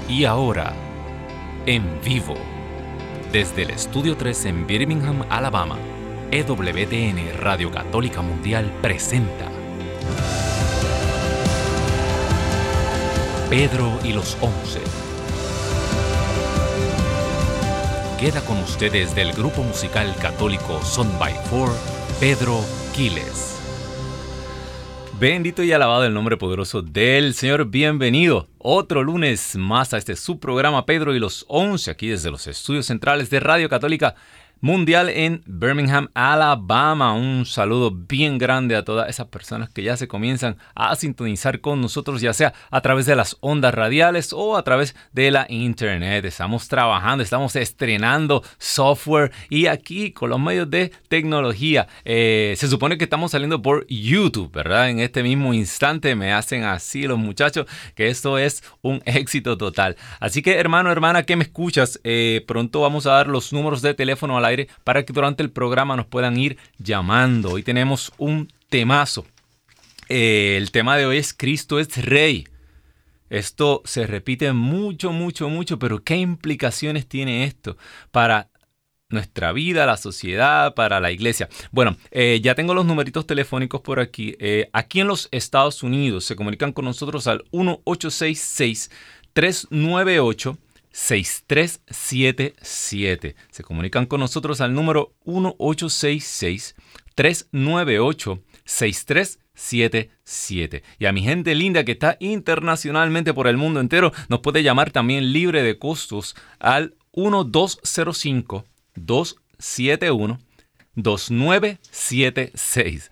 Y ahora, en vivo, desde el Estudio 3 en Birmingham, Alabama, EWTN Radio Católica Mundial presenta Pedro y los 11. Queda con ustedes del grupo musical católico Son by Four, Pedro Quiles. Bendito y alabado el nombre poderoso del Señor. Bienvenido otro lunes más a este subprograma Pedro y los 11, aquí desde los estudios centrales de Radio Católica Mundial en Birmingham, Alabama. Un saludo bien grande a todas esas personas que ya se comienzan a sintonizar con nosotros, ya sea a través de las ondas radiales o a través de la internet. Estamos trabajando, estamos estrenando software y aquí con los medios de tecnología. Se supone que estamos saliendo por YouTube, ¿verdad? En este mismo instante me hacen así los muchachos que esto es un éxito total. Así que hermano, hermana, que me escuchas, pronto vamos a dar los números de teléfono al aire para que durante el programa nos puedan ir llamando. Hoy tenemos un temazo. El tema de hoy es Cristo es Rey. Esto se repite mucho, pero ¿qué implicaciones tiene esto para nuestra vida, la sociedad, para la iglesia? Bueno, ya tengo los numeritos telefónicos por aquí. Aquí en los Estados Unidos se comunican con nosotros al 1-866-398-6377. Se comunican con nosotros al número 1-866-398-6377. Y a mi gente linda que está internacionalmente por el mundo entero, nos puede llamar también libre de costos al 1-205-271-2976.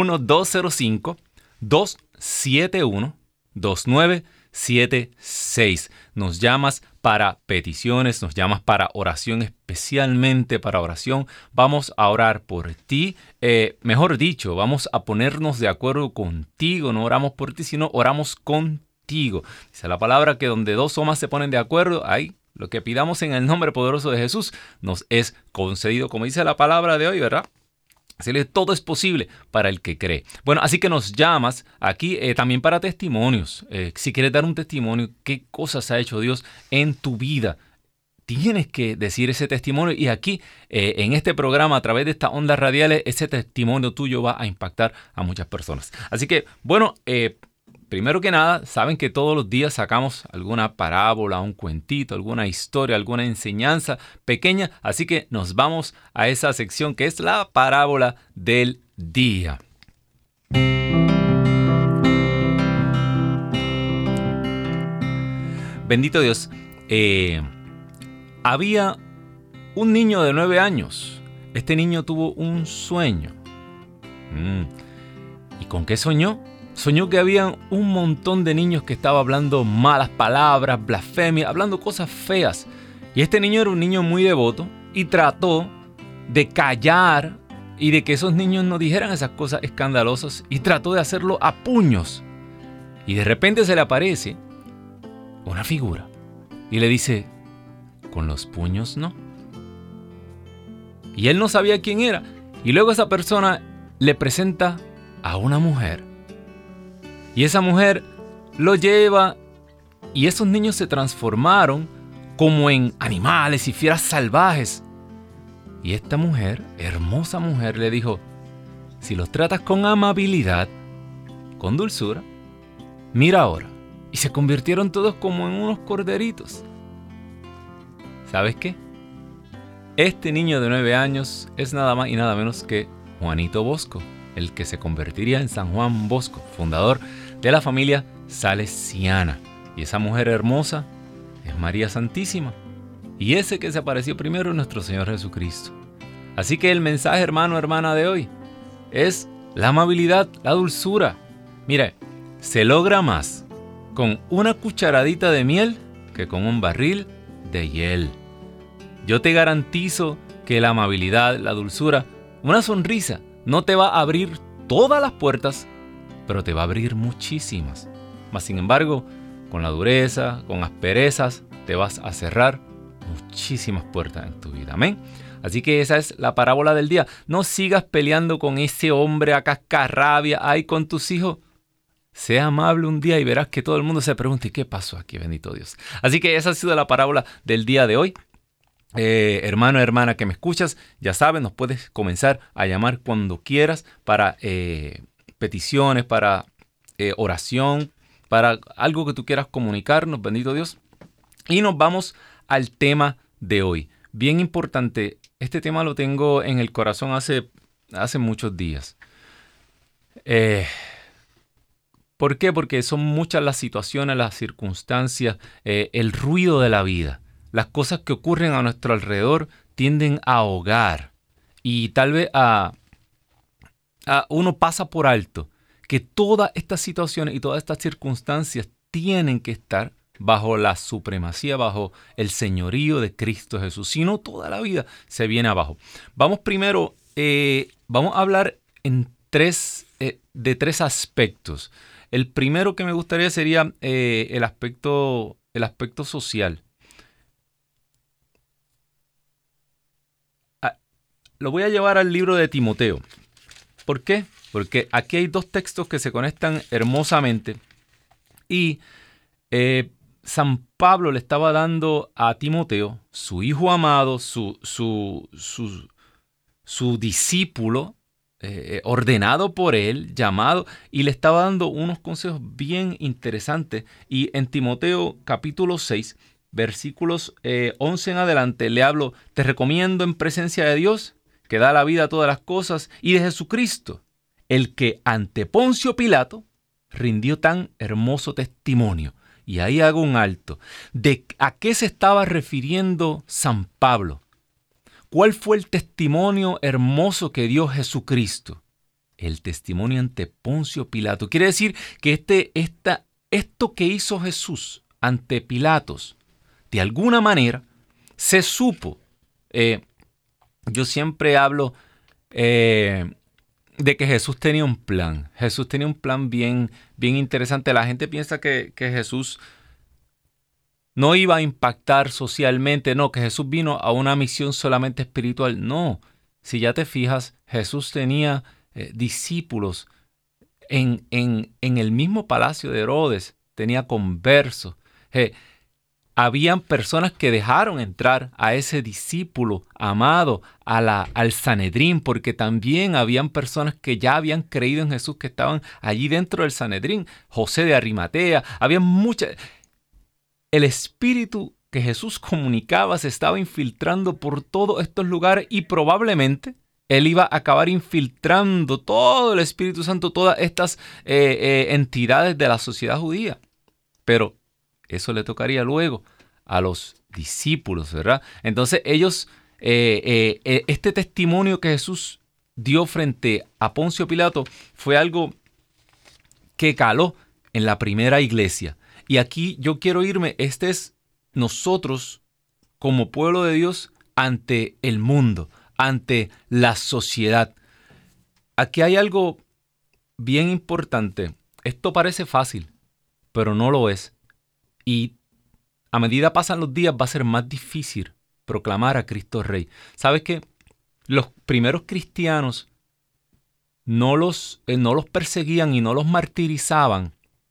1-205-271-2976. Nos llamas para peticiones, nos llamas para oración, especialmente para oración. Vamos a orar por ti. Mejor dicho, vamos a ponernos de acuerdo contigo. No oramos por ti, sino oramos contigo. Dice la palabra que donde dos o más se ponen de acuerdo, ahí lo que pidamos en el nombre poderoso de Jesús nos es concedido, como dice la palabra de hoy, ¿verdad? Así que todo es posible para el que cree. Bueno, así que nos llamas aquí también para testimonios. Si quieres dar un testimonio, qué cosas ha hecho Dios en tu vida, tienes que decir ese testimonio. Y aquí, en este programa, a través de estas ondas radiales, ese testimonio tuyo va a impactar a muchas personas. Así que, bueno, primero que nada, saben que todos los días sacamos alguna parábola, un cuentito, alguna historia, alguna enseñanza pequeña. Así que nos vamos a esa sección que es la parábola del día. Bendito Dios. Había un niño de 9 años. Este niño tuvo un sueño. ¿Y con qué soñó? Soñó que había un montón de niños que estaban hablando malas palabras, blasfemia, hablando cosas feas. Y este niño era un niño muy devoto y trató de callar y de que esos niños no dijeran esas cosas escandalosas y trató de hacerlo a puños. Y de repente se le aparece una figura y le dice, con los puños no. Y él no sabía quién era. Y luego esa persona le presenta a una mujer. Y esa mujer lo lleva y esos niños se transformaron como en animales y fieras salvajes. Y esta mujer, hermosa mujer, le dijo, si los tratas con amabilidad, con dulzura, mira ahora. Y se convirtieron todos como en unos corderitos. ¿Sabes qué? Este niño de 9 años es nada más y nada menos que Juanito Bosco, el que se convertiría en San Juan Bosco, fundador de la familia salesiana. Y esa mujer hermosa es María Santísima. Y ese que se apareció primero es nuestro Señor Jesucristo. Así que el mensaje, hermano, hermana, de hoy es la amabilidad, la dulzura. Mire, se logra más con una cucharadita de miel que con un barril de hiel. Yo te garantizo que la amabilidad, la dulzura, una sonrisa, no te va a abrir todas las puertas, pero te va a abrir muchísimas. Mas, sin embargo, con la dureza, con asperezas, te vas a cerrar muchísimas puertas en tu vida. Amén. Así que esa es la parábola del día. No sigas peleando con ese hombre a cascarrabia ahí con tus hijos. Sea amable un día y verás que todo el mundo se pregunta, ¿y qué pasó aquí, bendito Dios? Así que esa ha sido la parábola del día de hoy. Hermano, hermana que me escuchas, ya sabes, nos puedes comenzar a llamar cuando quieras para peticiones, para oración, para algo que tú quieras comunicarnos, bendito Dios. Y nos vamos al tema de hoy. Bien importante, este tema lo tengo en el corazón hace muchos días. ¿Por qué? Porque son muchas las situaciones, las circunstancias, el ruido de la vida. Las cosas que ocurren a nuestro alrededor tienden a ahogar. Y tal vez uno pasa por alto que todas estas situaciones y todas estas circunstancias tienen que estar bajo la supremacía, bajo el señorío de Cristo Jesús. Si no, toda la vida se viene abajo. Vamos primero, vamos a hablar de tres aspectos. El primero que me gustaría sería el aspecto social. Lo voy a llevar al libro de Timoteo. ¿Por qué? Porque aquí hay dos textos que se conectan hermosamente y San Pablo le estaba dando a Timoteo, su hijo amado, su discípulo, ordenado por él, llamado, y le estaba dando unos consejos bien interesantes. Y en Timoteo capítulo 6, versículos 11 en adelante, le hablo, te recomiendo en presencia de Dios, que da la vida a todas las cosas, y de Jesucristo, el que ante Poncio Pilato rindió tan hermoso testimonio. Y ahí hago un alto. ¿A qué se estaba refiriendo San Pablo? ¿Cuál fue el testimonio hermoso que dio Jesucristo? El testimonio ante Poncio Pilato. Quiere decir que esto que hizo Jesús ante Pilatos, de alguna manera, se supo. Yo siempre hablo de que Jesús tenía un plan. Jesús tenía un plan bien interesante. La gente piensa que Jesús no iba a impactar socialmente. No, que Jesús vino a una misión solamente espiritual. No, si ya te fijas, Jesús tenía discípulos en el mismo palacio de Herodes. Tenía conversos. Habían personas que dejaron entrar a ese discípulo amado al Sanedrín, porque también habían personas que ya habían creído en Jesús, que estaban allí dentro del Sanedrín. José de Arimatea, había muchas. El espíritu que Jesús comunicaba se estaba infiltrando por todos estos lugares y probablemente él iba a acabar infiltrando todo el Espíritu Santo, todas estas entidades de la sociedad judía. Pero eso le tocaría luego a los discípulos, ¿verdad? Entonces ellos, este testimonio que Jesús dio frente a Poncio Pilato fue algo que caló en la primera iglesia. Y aquí yo quiero irme, este es nosotros como pueblo de Dios ante el mundo, ante la sociedad. Aquí hay algo bien importante. Esto parece fácil, pero no lo es. Y a medida pasan los días va a ser más difícil proclamar a Cristo Rey. ¿Sabes qué? Los primeros cristianos no los perseguían y no los martirizaban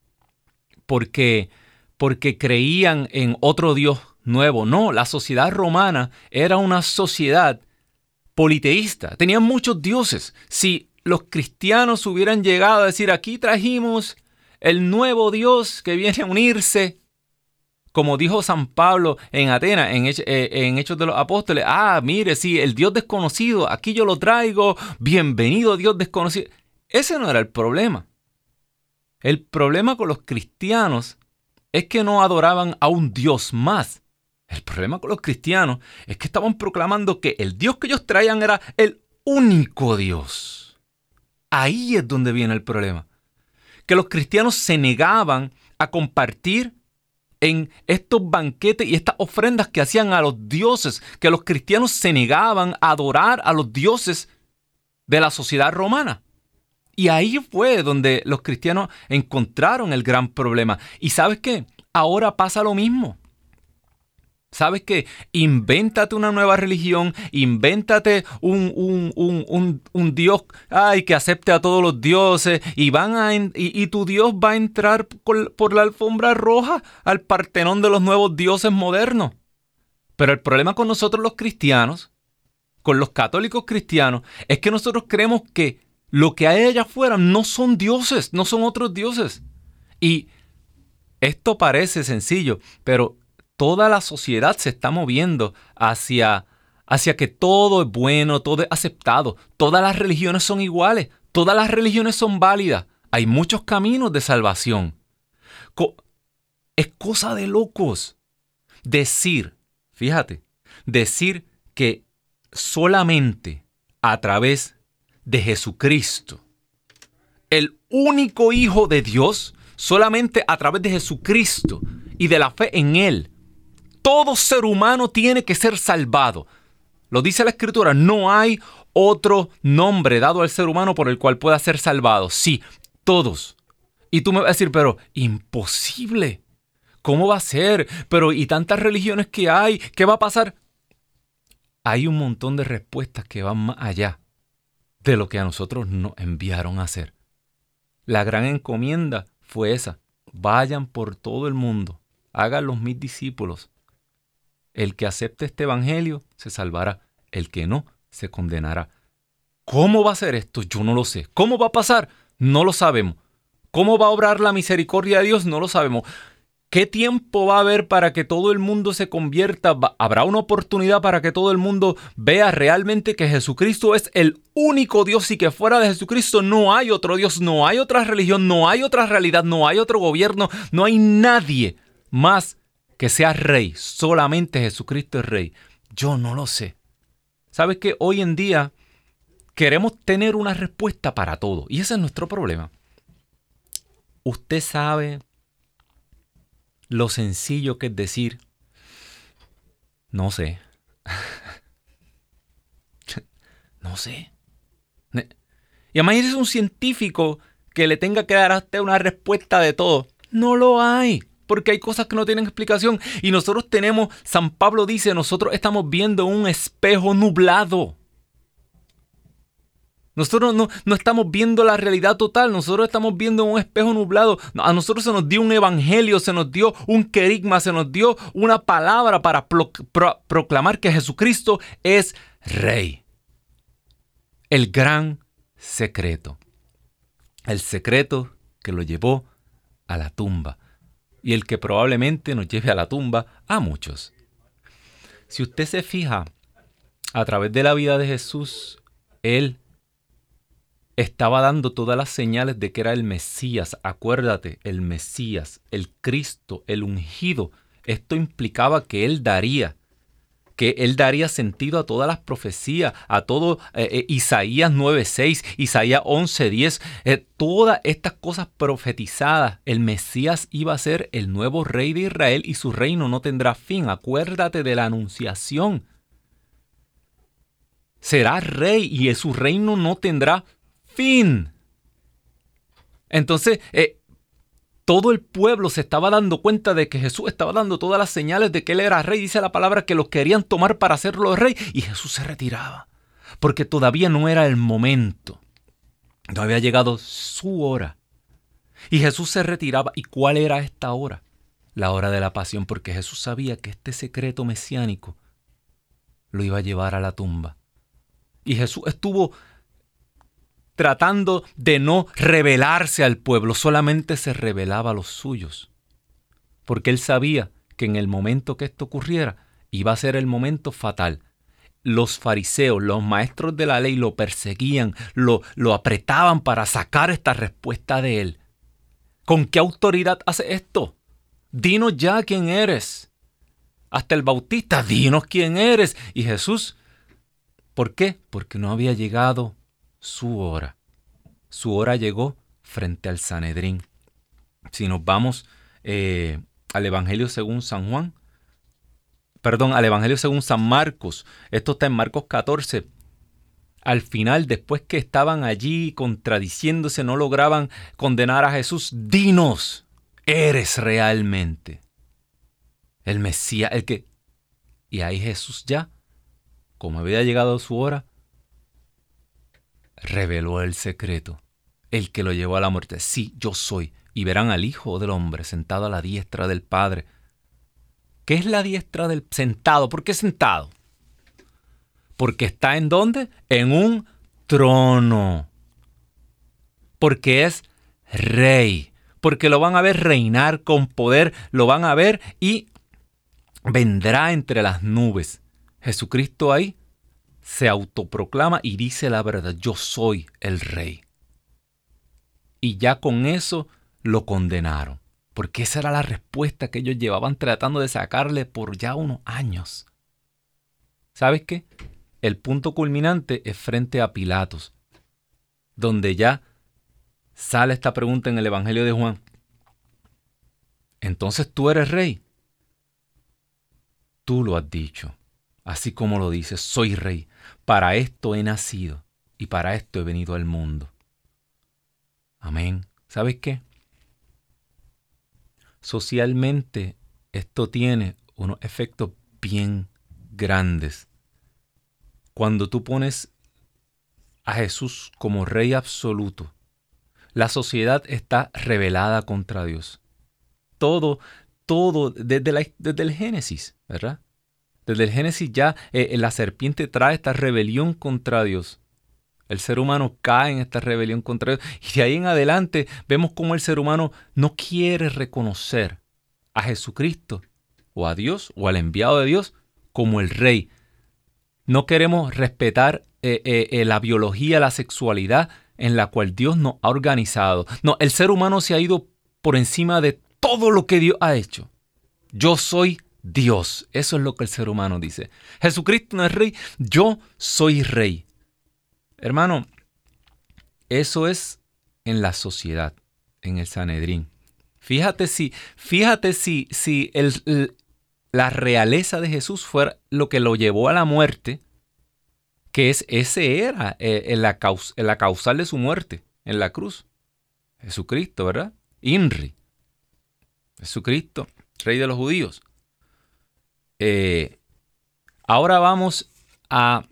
porque creían en otro Dios nuevo. No, la sociedad romana era una sociedad politeísta. Tenían muchos dioses. Si los cristianos hubieran llegado a decir, aquí trajimos el nuevo Dios que viene a unirse, como dijo San Pablo en Atenas, en Hechos de los Apóstoles, mire, sí, el Dios desconocido, aquí yo lo traigo, bienvenido Dios desconocido. Ese no era el problema. El problema con los cristianos es que no adoraban a un Dios más. El problema con los cristianos es que estaban proclamando que el Dios que ellos traían era el único Dios. Ahí es donde viene el problema. Que los cristianos se negaban a compartir en estos banquetes y estas ofrendas que hacían a los dioses, que los cristianos se negaban a adorar a los dioses de la sociedad romana. Y ahí fue donde los cristianos encontraron el gran problema. ¿Y sabes qué? Ahora pasa lo mismo. ¿Sabes qué? Invéntate una nueva religión, invéntate un Dios que acepte a todos los dioses y tu Dios va a entrar por la alfombra roja al Partenón de los nuevos dioses modernos. Pero el problema con nosotros los cristianos, con los católicos cristianos, es que nosotros creemos que lo que hay allá afuera no son dioses, no son otros dioses. Y esto parece sencillo, pero toda la sociedad se está moviendo hacia que todo es bueno, todo es aceptado. Todas las religiones son iguales, todas las religiones son válidas. Hay muchos caminos de salvación. Es cosa de locos decir que solamente a través de Jesucristo, el único Hijo de Dios, solamente a través de Jesucristo y de la fe en Él, todo ser humano tiene que ser salvado. Lo dice la Escritura, no hay otro nombre dado al ser humano por el cual pueda ser salvado. Sí, todos. Y tú me vas a decir, pero imposible. ¿Cómo va a ser? Pero ¿y tantas religiones que hay? ¿Qué va a pasar? Hay un montón de respuestas que van más allá de lo que a nosotros nos enviaron a hacer. La gran encomienda fue esa. Vayan por todo el mundo. Háganlos mis discípulos. El que acepte este evangelio se salvará. El que no, se condenará. ¿Cómo va a ser esto? Yo no lo sé. ¿Cómo va a pasar? No lo sabemos. ¿Cómo va a obrar la misericordia de Dios? No lo sabemos. ¿Qué tiempo va a haber para que todo el mundo se convierta? ¿Habrá una oportunidad para que todo el mundo vea realmente que Jesucristo es el único Dios y que fuera de Jesucristo no hay otro Dios, no hay otra religión, no hay otra realidad, no hay otro gobierno, no hay nadie más que sea rey? Solamente Jesucristo es rey. Yo no lo sé. ¿Sabes qué? Hoy en día queremos tener una respuesta para todo y ese es nuestro problema. Usted sabe lo sencillo que es decir, no sé. No sé. Y además es un científico que le tenga que dar a usted una respuesta de todo. No lo hay. Porque hay cosas que no tienen explicación. Y nosotros tenemos, San Pablo dice, nosotros estamos viendo un espejo nublado. Nosotros no estamos viendo la realidad total, nosotros estamos viendo un espejo nublado. A nosotros se nos dio un evangelio, se nos dio un querigma, se nos dio una palabra para proclamar que Jesucristo es Rey. El gran secreto. El secreto que lo llevó a la tumba. Y el que probablemente nos lleve a la tumba a muchos. Si usted se fija, a través de la vida de Jesús, Él estaba dando todas las señales de que era el Mesías. Acuérdate, el Mesías, el Cristo, el ungido. Esto implicaba que Él daría sentido a todas las profecías, a todo Isaías 9:6, Isaías 11:10, todas estas cosas profetizadas. El Mesías iba a ser el nuevo rey de Israel y su reino no tendrá fin. Acuérdate de la anunciación. Será rey y su reino no tendrá fin. Entonces, todo el pueblo se estaba dando cuenta de que Jesús estaba dando todas las señales de que Él era rey. Dice la palabra que los querían tomar para hacerlo rey y Jesús se retiraba porque todavía no era el momento. No había llegado su hora. Y Jesús se retiraba. ¿Y cuál era esta hora? La hora de la pasión, porque Jesús sabía que este secreto mesiánico lo iba a llevar a la tumba. Y Jesús estuvo tratando de no revelarse al pueblo, solamente se revelaba a los suyos. Porque Él sabía que en el momento que esto ocurriera, iba a ser el momento fatal. Los fariseos, los maestros de la ley lo perseguían, lo apretaban para sacar esta respuesta de Él. ¿Con qué autoridad hace esto? Dinos ya quién eres. Hasta el Bautista, dinos quién eres. Y Jesús, ¿por qué? Porque no había llegado su hora. Su hora llegó frente al Sanedrín. Si nos vamos al Evangelio según al Evangelio según San Marcos. Esto está en Marcos 14. Al final, después que estaban allí contradiciéndose, no lograban condenar a Jesús. Dinos, ¿eres realmente el Mesías, el que Y ahí Jesús ya, como había llegado su hora, reveló el secreto, el que lo llevó a la muerte. Sí, yo soy. Y verán al Hijo del Hombre sentado a la diestra del Padre. ¿Qué es la diestra del sentado? ¿Por qué sentado? Porque está ¿en dónde? En un trono. Porque es rey. Porque lo van a ver reinar con poder. Lo van a ver y vendrá entre las nubes. Jesucristo ahí se autoproclama y dice la verdad. Yo soy el rey. Y ya con eso lo condenaron. Porque esa era la respuesta que ellos llevaban tratando de sacarle por ya unos años. ¿Sabes qué? El punto culminante es frente a Pilatos, donde ya sale esta pregunta en el Evangelio de Juan. Entonces tú eres rey. Tú lo has dicho. Así como lo dices, soy rey. Para esto he nacido y para esto he venido al mundo. Amén. ¿Sabes qué? Socialmente esto tiene unos efectos bien grandes. Cuando tú pones a Jesús como rey absoluto, la sociedad está rebelada contra Dios. Todo desde el Génesis, ¿verdad? Desde el Génesis ya la serpiente trae esta rebelión contra Dios. El ser humano cae en esta rebelión contra Dios. Y de ahí en adelante vemos cómo el ser humano no quiere reconocer a Jesucristo o a Dios o al enviado de Dios como el rey. No queremos respetar la biología, la sexualidad en la cual Dios nos ha organizado. No, el ser humano se ha ido por encima de todo lo que Dios ha hecho. Yo soy Dios. Eso es lo que el ser humano dice. Jesucristo no es rey. Yo soy rey. Hermano, eso es en la sociedad, en el Sanedrín. Fíjate si la realeza de Jesús fuera lo que lo llevó a la muerte, que ese era la causal de su muerte en la cruz. Jesucristo, ¿verdad? INRI. Jesucristo, Rey de los judíos. Ahora vamos a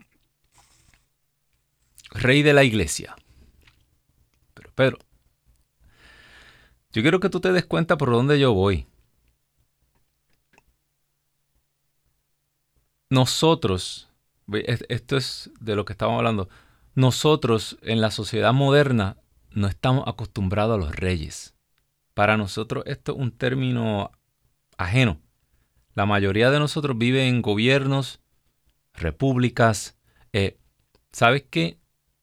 Rey de la iglesia. Pero Pedro, yo quiero que tú te des cuenta por dónde yo voy. Nosotros, esto es de lo que estamos hablando, nosotros en la sociedad moderna no estamos acostumbrados a los reyes. Para nosotros esto es un término ajeno. La mayoría de nosotros vive en gobiernos, repúblicas. ¿Sabes qué?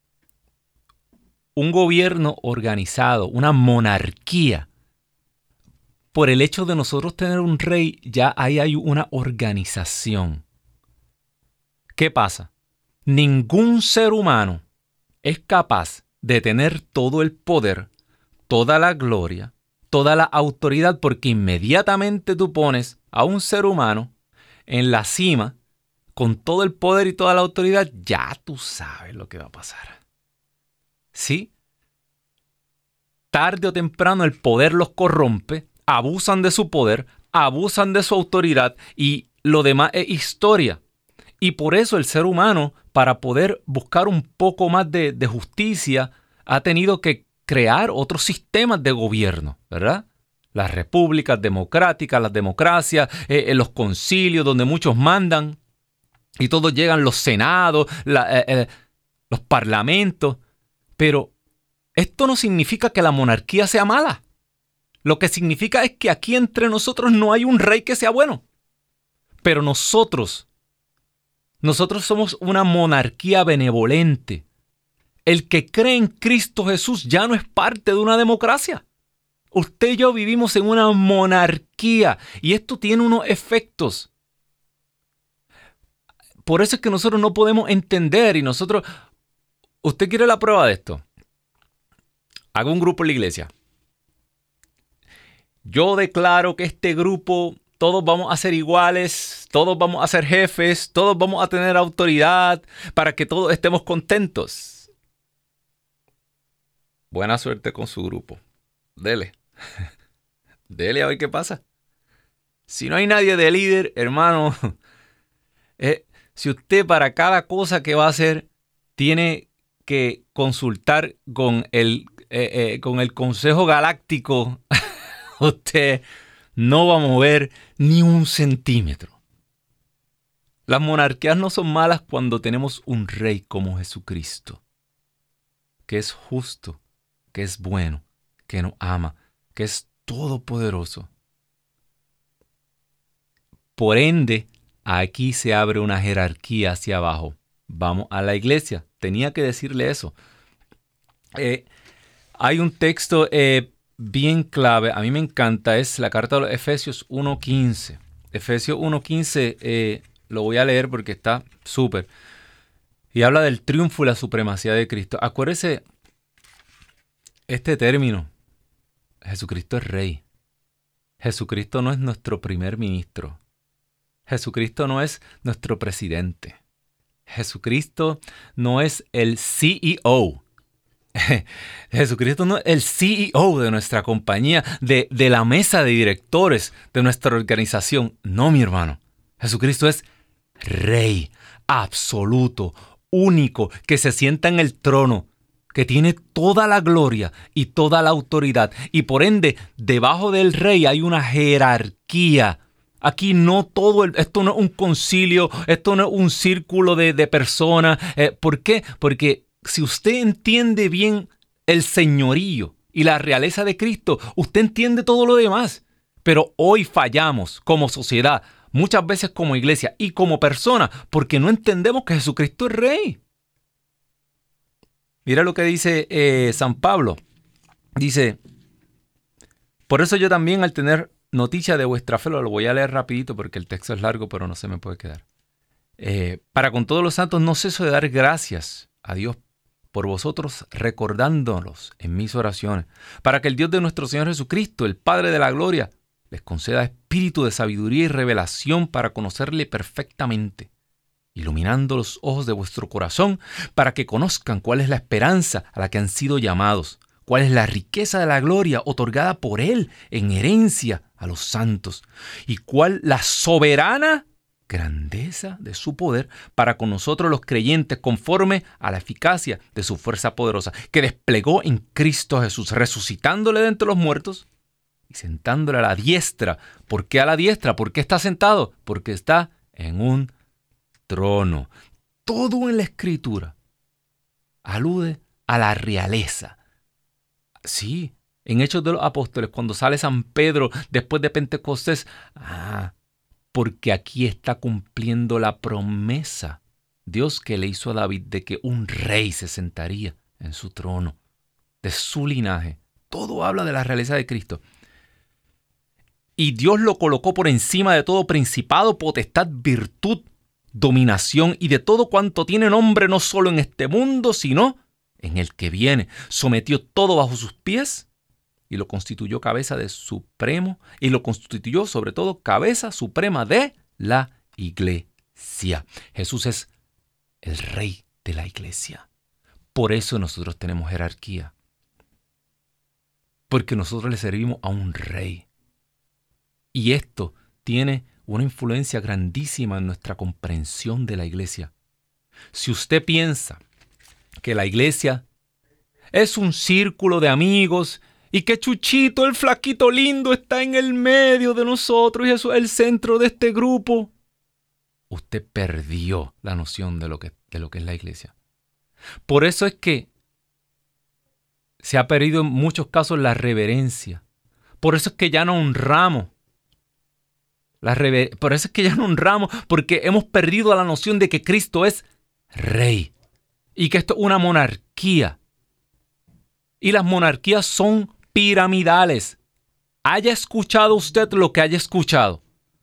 Un gobierno organizado, una monarquía, por el hecho de nosotros tener un rey, ya ahí hay una organización. ¿Qué pasa? Ningún ser humano es capaz de tener todo el poder, toda la gloria, toda la autoridad, porque inmediatamente tú pones a un ser humano en la cima, con todo el poder y toda la autoridad, ya tú sabes lo que va a pasar. ¿Sí? Tarde o temprano el poder los corrompe, abusan de su poder, abusan de su autoridad y lo demás es historia. Y por eso el ser humano, para poder buscar un poco más de justicia, ha tenido que crear otros sistemas de gobierno, ¿verdad? Las repúblicas democráticas, las democracias, los concilios donde muchos mandan y todos llegan los senados, los parlamentos. Pero esto no significa que la monarquía sea mala. Lo que significa es que aquí entre nosotros no hay un rey que sea bueno. Pero nosotros somos una monarquía benevolente. El que cree en Cristo Jesús ya no es parte de una democracia. Usted y yo vivimos en una monarquía y esto tiene unos efectos. Por eso es que nosotros no podemos entender y nosotros... ¿Usted quiere la prueba de esto? Hago un grupo en la iglesia. Yo declaro que este grupo, todos vamos a ser iguales, todos vamos a ser jefes, todos vamos a tener autoridad para que todos estemos contentos. Buena suerte con su grupo. Dele. Dele a ver qué pasa. Si no hay nadie de líder, hermano, Si usted para cada cosa que va a hacer tiene que consultar con el Consejo Galáctico, usted no va a mover ni un centímetro. Las monarquías no son malas cuando tenemos un rey como Jesucristo, que es justo, que es bueno, que nos ama, que es todopoderoso. Por ende, aquí se abre una jerarquía hacia abajo. Vamos a la iglesia. Tenía que decirle eso. Hay un texto bien clave, a mí me encanta, es la carta de los Efesios 1.15. Efesios 1.15 lo voy a leer porque está súper. Y habla del triunfo y la supremacía de Cristo. Acuérdese este término. Jesucristo es rey. Jesucristo no es nuestro primer ministro. Jesucristo no es nuestro presidente. Jesucristo no es el CEO. Jesucristo no es el CEO de nuestra compañía, de la mesa de directores de nuestra organización. No, mi hermano. Jesucristo es Rey absoluto, único, que se sienta en el trono, que tiene toda la gloria y toda la autoridad. Y por ende, debajo del Rey hay una jerarquía. Aquí esto no es un concilio, esto no es un círculo de personas. ¿Por qué? Porque si usted entiende bien el señorío y la realeza de Cristo, usted entiende todo lo demás. Pero hoy fallamos como sociedad, muchas veces como iglesia y como persona, porque no entendemos que Jesucristo es Rey. Mira lo que dice San Pablo. Dice, por eso yo también al tener noticia de vuestra fe, lo voy a leer rapidito porque el texto es largo, pero no se me puede quedar. Para con todos los santos no ceso de dar gracias a Dios por vosotros, recordándolos en mis oraciones, para que el Dios de nuestro Señor Jesucristo, el Padre de la gloria, les conceda espíritu de sabiduría y revelación para conocerle perfectamente, iluminando los ojos de vuestro corazón, para que conozcan cuál es la esperanza a la que han sido llamados, cuál es la riqueza de la gloria otorgada por Él en herencia a los santos, y cuál la soberana grandeza de su poder para con nosotros los creyentes, conforme a la eficacia de su fuerza poderosa, que desplegó en Cristo Jesús, resucitándole de entre los muertos y sentándole a la diestra. ¿Por qué a la diestra? ¿Por qué está sentado? Porque está en un trono. Todo en la Escritura alude a la realeza. Sí, en Hechos de los Apóstoles, cuando sale San Pedro después de Pentecostés, porque aquí está cumpliendo la promesa Dios que le hizo a David de que un rey se sentaría en su trono, de su linaje. Todo habla de la realeza de Cristo. Y Dios lo colocó por encima de todo principado, potestad, virtud, dominación y de todo cuanto tiene nombre, no solo en este mundo, sino en el que viene. Sometió todo bajo sus pies y lo constituyó cabeza de supremo, y lo constituyó sobre todo cabeza suprema de la iglesia. Jesús es el rey de la iglesia. Por eso nosotros tenemos jerarquía. Porque nosotros le servimos a un rey. Y esto tiene una influencia grandísima en nuestra comprensión de la iglesia. Si usted piensa que la iglesia es un círculo de amigos y que Chuchito, el flaquito lindo, está en el medio de nosotros y eso es el centro de este grupo, usted perdió la noción de lo que es la iglesia. Por eso es que se ha perdido en muchos casos la reverencia. Por eso es que ya no honramos. Por eso es que ya no honramos, porque hemos perdido la noción de que Cristo es Rey y que esto es una monarquía. Y las monarquías son piramidales. Haya escuchado usted lo que haya escuchado.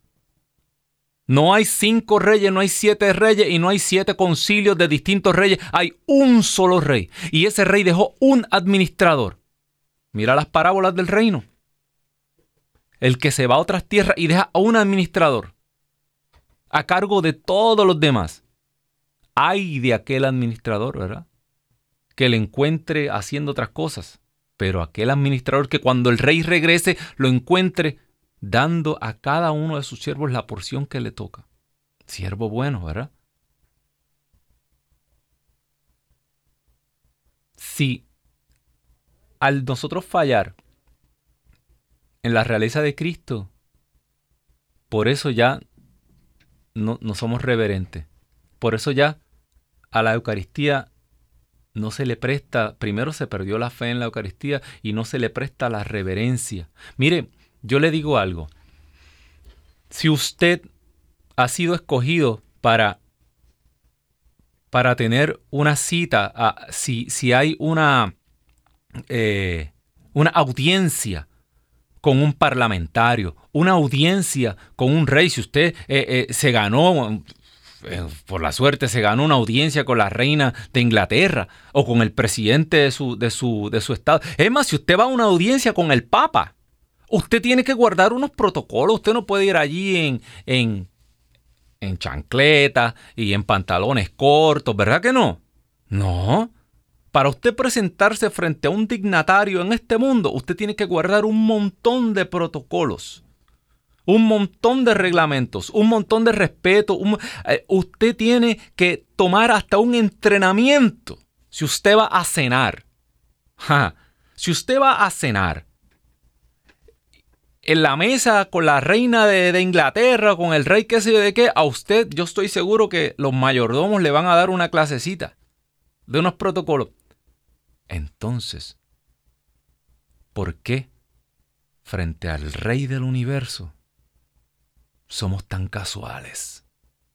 No hay 5 reyes, no hay 7 reyes y no hay 7 concilios de distintos reyes. Hay un solo rey. Y ese rey dejó un administrador. Mira las parábolas del reino. El que se va a otras tierras y deja a un administrador a cargo de todos los demás. Ay de aquel administrador, ¿verdad? Que le encuentre haciendo otras cosas. Pero aquel administrador que cuando el rey regrese lo encuentre dando a cada uno de sus siervos la porción que le toca. Siervo bueno, ¿verdad? Si al nosotros fallar en la realeza de Cristo, por eso ya no somos reverentes. Por eso ya a la Eucaristía no se le presta, primero se perdió la fe en la Eucaristía y no se le presta la reverencia. Mire, yo le digo algo. Si usted ha sido escogido para tener una cita, si hay una audiencia con un parlamentario, una audiencia con un rey, si usted se ganó, por la suerte se ganó una audiencia con la reina de Inglaterra o con el presidente de su estado. Es más, si usted va a una audiencia con el Papa, usted tiene que guardar unos protocolos. Usted no puede ir allí en chancletas y en pantalones cortos, ¿verdad que no? No. Para usted presentarse frente a un dignatario en este mundo, usted tiene que guardar un montón de protocolos, un montón de reglamentos, un montón de respeto. Usted tiene que tomar hasta un entrenamiento. Si usted va a cenar, si usted va a cenar en la mesa con la reina de Inglaterra, con el rey qué sé yo de qué, a usted yo estoy seguro que los mayordomos le van a dar una clasecita de unos protocolos. Entonces, ¿por qué frente al rey del universo somos tan casuales?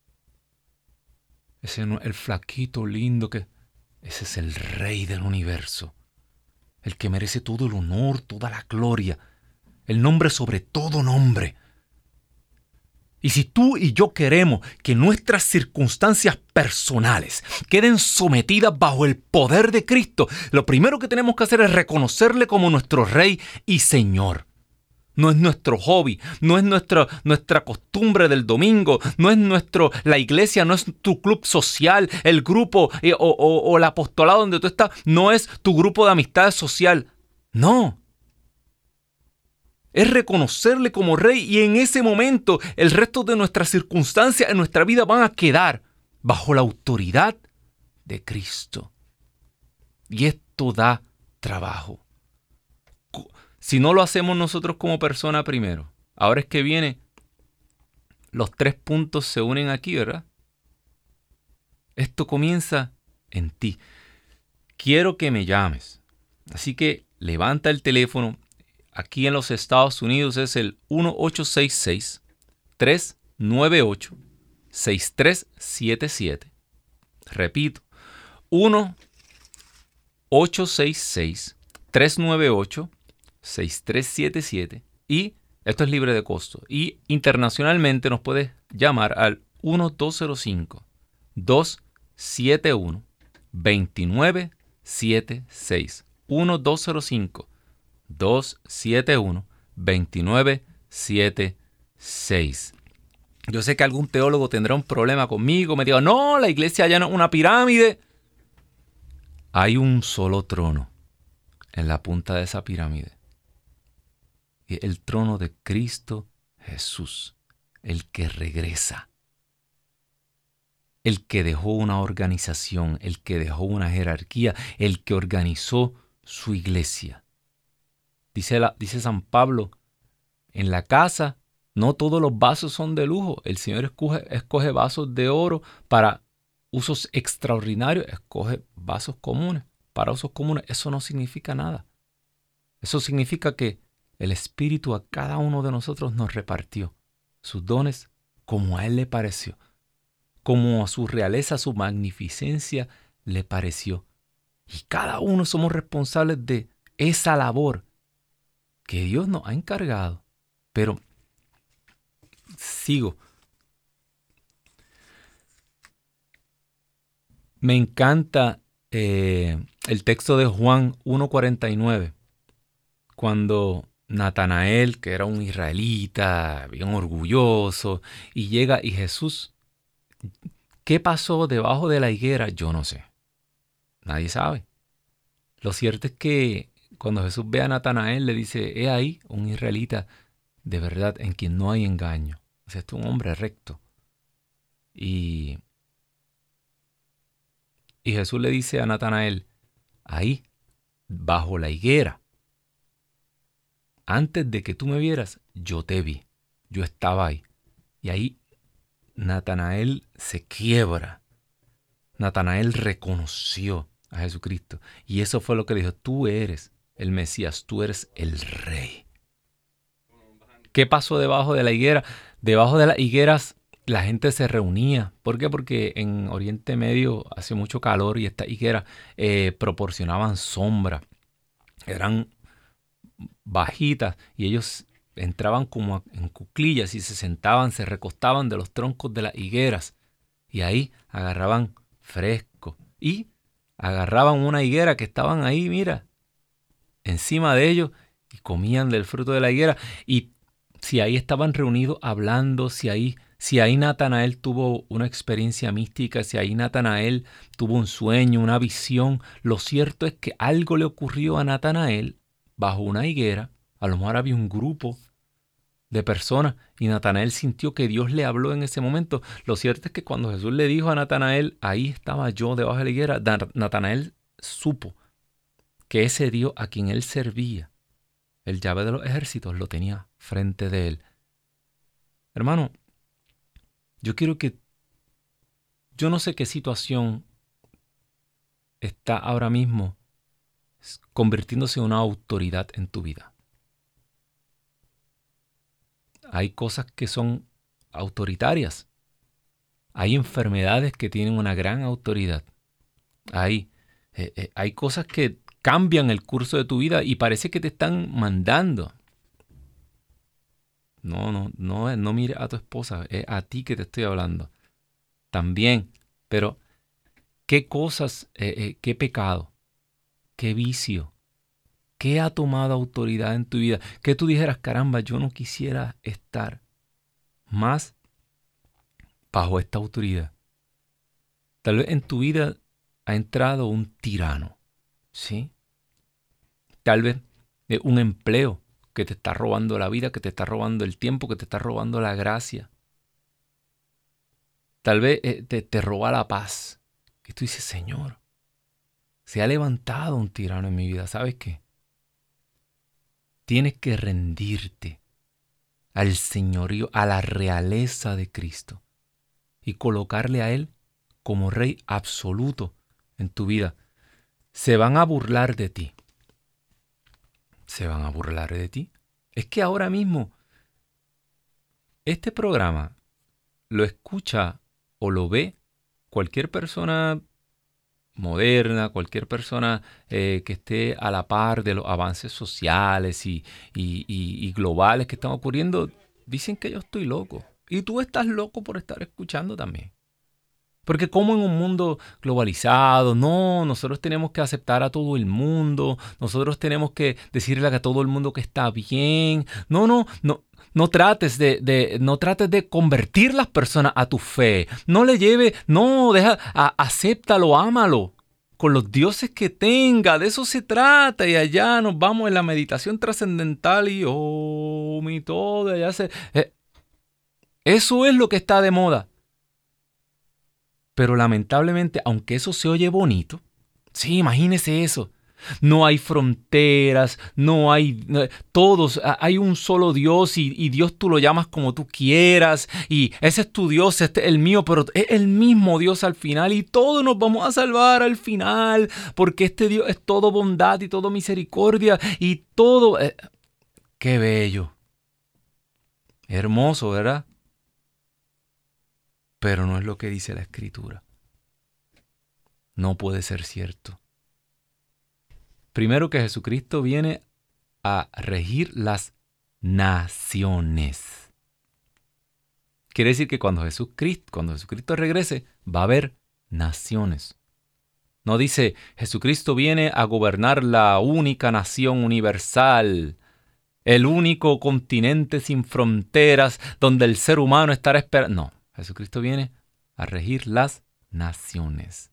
Ese no, el flaquito lindo ese es el rey del universo, el que merece todo el honor, toda la gloria, el nombre sobre todo nombre. Y si tú y yo queremos que nuestras circunstancias personales queden sometidas bajo el poder de Cristo, lo primero que tenemos que hacer es reconocerle como nuestro Rey y Señor. No es nuestro hobby, no es nuestra costumbre del domingo, no es la iglesia, no es tu club social, el grupo o el apostolado donde tú estás, no es tu grupo de amistad social. No. Es reconocerle como Rey y en ese momento el resto de nuestras circunstancias en nuestra vida van a quedar bajo la autoridad de Cristo. Y esto da trabajo. Si no lo hacemos nosotros como persona primero, ahora es que viene, los 3 puntos se unen aquí, ¿verdad? Esto comienza en ti. Quiero que me llames. Así que levanta el teléfono. Aquí en los Estados Unidos es el 1866-398-6377. Repito, 1-866-398-6377. Y esto es libre de costo. Y internacionalmente nos puedes llamar al 1-205-271-2976. 1-205-271-2976. Yo sé que algún teólogo tendrá un problema conmigo, me diga, no, la iglesia ya no es una pirámide. Hay un solo trono en la punta de esa pirámide. Y el trono de Cristo Jesús, el que regresa, el que dejó una organización, el que dejó una jerarquía, el que organizó su iglesia. Dice San Pablo, en la casa no todos los vasos son de lujo. El Señor escoge vasos de oro para usos extraordinarios, escoge vasos comunes para usos comunes. Eso no significa nada. Eso significa que el Espíritu a cada uno de nosotros nos repartió sus dones como a Él le pareció, como a su realeza, su magnificencia le pareció. Y cada uno somos responsables de esa labor que Dios nos ha encargado. Pero sigo. Me encanta el texto de Juan 1:49, cuando Natanael, que era un israelita bien orgulloso, y llega y Jesús, ¿qué pasó debajo de la higuera? Yo no sé. Nadie sabe. Lo cierto es que cuando Jesús ve a Natanael, le dice, he ahí un israelita de verdad en quien no hay engaño. O sea, este es un hombre recto. Y Jesús le dice a Natanael, ahí, bajo la higuera, antes de que tú me vieras, yo te vi, yo estaba ahí. Y ahí Natanael se quiebra. Natanael reconoció a Jesucristo. Y eso fue lo que le dijo, tú eres el Mesías, tú eres el Rey. ¿Qué pasó debajo de la higuera? Debajo de las higueras la gente se reunía. ¿Por qué? Porque en Oriente Medio hace mucho calor y estas higueras proporcionaban sombra. Eran bajitas y ellos entraban como en cuclillas y se sentaban, se recostaban de los troncos de las higueras y ahí agarraban fresco y agarraban una higuera que estaban ahí, mira, encima de ellos y comían del fruto de la higuera. Y si ahí estaban reunidos hablando, si ahí Natanael tuvo una experiencia mística, si ahí Natanael tuvo un sueño, una visión, lo cierto es que algo le ocurrió a Natanael bajo una higuera. A lo mejor había un grupo de personas y Natanael sintió que Dios le habló en ese momento. Lo cierto es que cuando Jesús le dijo a Natanael, ahí estaba yo debajo de la higuera, Natanael supo que ese Dios a quien él servía, el Yahvé de los ejércitos, lo tenía frente de él. Hermano, yo no sé qué situación está ahora mismo convirtiéndose en una autoridad en tu vida. Hay cosas que son autoritarias. Hay enfermedades que tienen una gran autoridad. Hay cosas que cambian el curso de tu vida y parece que te están mandando. No mires a tu esposa, es a ti que te estoy hablando. También, pero ¿qué cosas, qué pecado, qué vicio, qué ha tomado autoridad en tu vida? Que tú dijeras, caramba, yo no quisiera estar más bajo esta autoridad. Tal vez en tu vida ha entrado un tirano, ¿sí? Tal vez un empleo que te está robando la vida, que te está robando el tiempo, que te está robando la gracia. Tal vez te roba la paz. Y tú dices, Señor, se ha levantado un tirano en mi vida. ¿Sabes qué? Tienes que rendirte al señorío, a la realeza de Cristo y colocarle a Él como Rey absoluto en tu vida. Se van a burlar de ti. Se van a burlar de ti. Es que ahora mismo este programa lo escucha o lo ve cualquier persona moderna, cualquier persona que esté a la par de los avances sociales y globales que están ocurriendo. Dicen que yo estoy loco. Y tú estás loco por estar escuchando también. Porque como en un mundo globalizado, no, nosotros tenemos que aceptar a todo el mundo, nosotros tenemos que decirle a todo el mundo que está bien. No trates de convertir las personas a tu fe. Acéptalo, ámalo. Con los dioses que tenga, de eso se trata. Y allá nos vamos en la meditación trascendental y mi todo, eso es lo que está de moda. Pero lamentablemente, aunque eso se oye bonito, sí, imagínese eso. No hay fronteras, hay un solo Dios y Dios tú lo llamas como tú quieras y ese es tu Dios, este es el mío, pero es el mismo Dios al final y todos nos vamos a salvar al final porque este Dios es todo bondad y todo misericordia y todo. ¡Qué bello! Hermoso, ¿verdad? Pero no es lo que dice la Escritura. No puede ser cierto. Primero que Jesucristo viene a regir las naciones. Quiere decir que cuando Jesucristo regrese, va a haber naciones. No dice, Jesucristo viene a gobernar la única nación universal, el único continente sin fronteras, donde el ser humano estará esperando. No, Jesucristo viene a regir las naciones.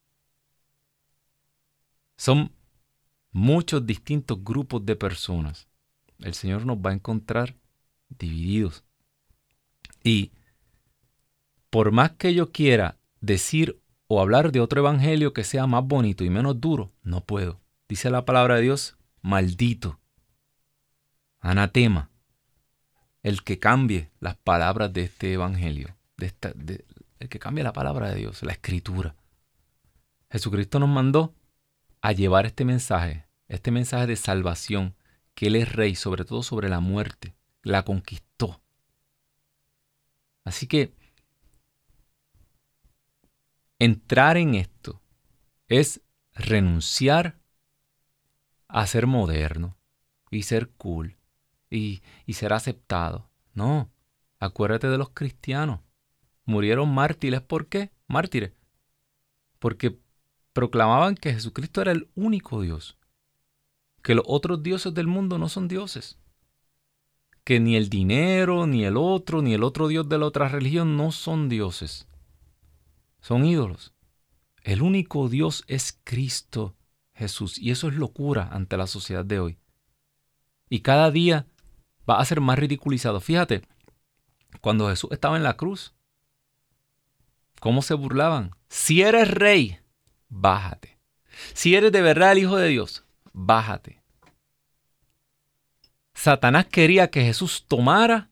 Son muchos distintos grupos de personas. El Señor nos va a encontrar divididos. Y por más que yo quiera decir o hablar de otro evangelio que sea más bonito y menos duro, no puedo. Dice la palabra de Dios, maldito, anatema, el que cambie las palabras de este evangelio, el que cambie la palabra de Dios, la escritura. Jesucristo nos mandó a llevar este mensaje de salvación, que Él es rey, sobre todo sobre la muerte, la conquistó. Así que entrar en esto es renunciar a ser moderno y ser cool y ser aceptado. No, acuérdate de los cristianos. Murieron mártires. ¿Por qué? Mártires. Porque proclamaban que Jesucristo era el único Dios. Que los otros dioses del mundo no son dioses. Que ni el dinero, ni el otro Dios de la otra religión no son dioses. Son ídolos. El único Dios es Cristo Jesús. Y eso es locura ante la sociedad de hoy. Y cada día va a ser más ridiculizado. Fíjate, cuando Jesús estaba en la cruz, ¿cómo se burlaban? Si eres rey, bájate. Si eres de verdad el Hijo de Dios, bájate. Satanás quería que Jesús tomara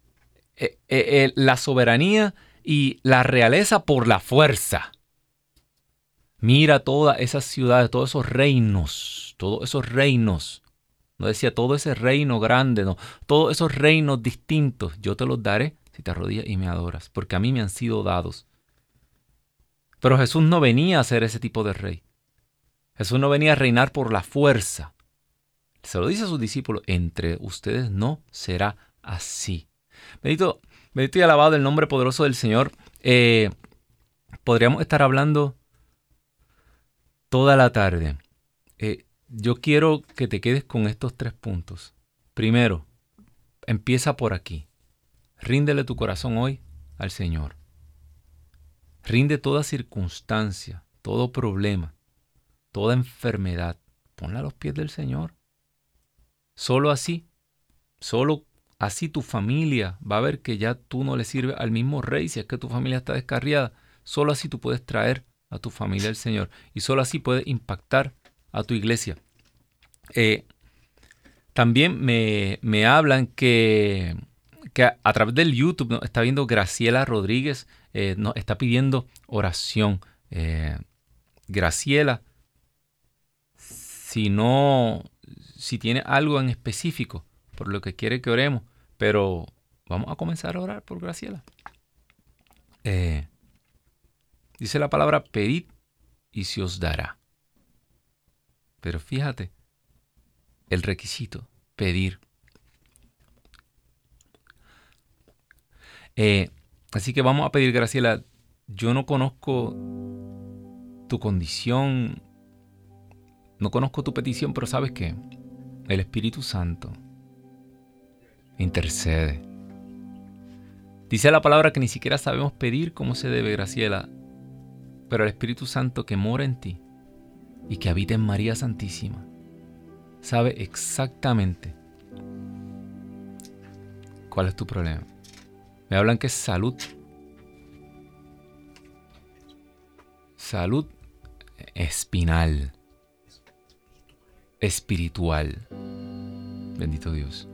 la soberanía y la realeza por la fuerza. Mira todas esas ciudades, todos esos reinos. No decía todo ese reino grande, no. Todos esos reinos distintos, yo te los daré si te arrodillas y me adoras, porque a mí me han sido dados. Pero Jesús no venía a ser ese tipo de rey. Jesús no venía a reinar por la fuerza. Se lo dice a sus discípulos, entre ustedes no será así. Bendito y alabado el nombre poderoso del Señor. Podríamos estar hablando toda la tarde. Yo quiero que te quedes con estos 3 puntos. Primero, empieza por aquí. Ríndele tu corazón hoy al Señor. Rinde toda circunstancia, todo problema, toda enfermedad. Ponla a los pies del Señor. Solo así tu familia va a ver que ya tú no le sirves al mismo rey si es que tu familia está descarriada. Solo así tú puedes traer a tu familia al Señor. Y solo así puedes impactar a tu iglesia. También me hablan que a través del YouTube nos está viendo Graciela Rodríguez, nos está pidiendo oración. Graciela, si tiene algo en específico por lo que quiere que oremos, pero vamos a comenzar a orar por Graciela. Dice la palabra, pedid y se os dará. Pero fíjate, el requisito, pedir. Así que vamos a pedir, Graciela. Yo no conozco tu condición, no conozco tu petición, pero ¿sabes qué? El Espíritu Santo intercede. Dice la palabra que ni siquiera sabemos pedir como se debe, Graciela, pero el Espíritu Santo que mora en ti y que habita en María Santísima sabe exactamente cuál es tu problema. Me hablan que es salud espinal, espiritual. Bendito Dios.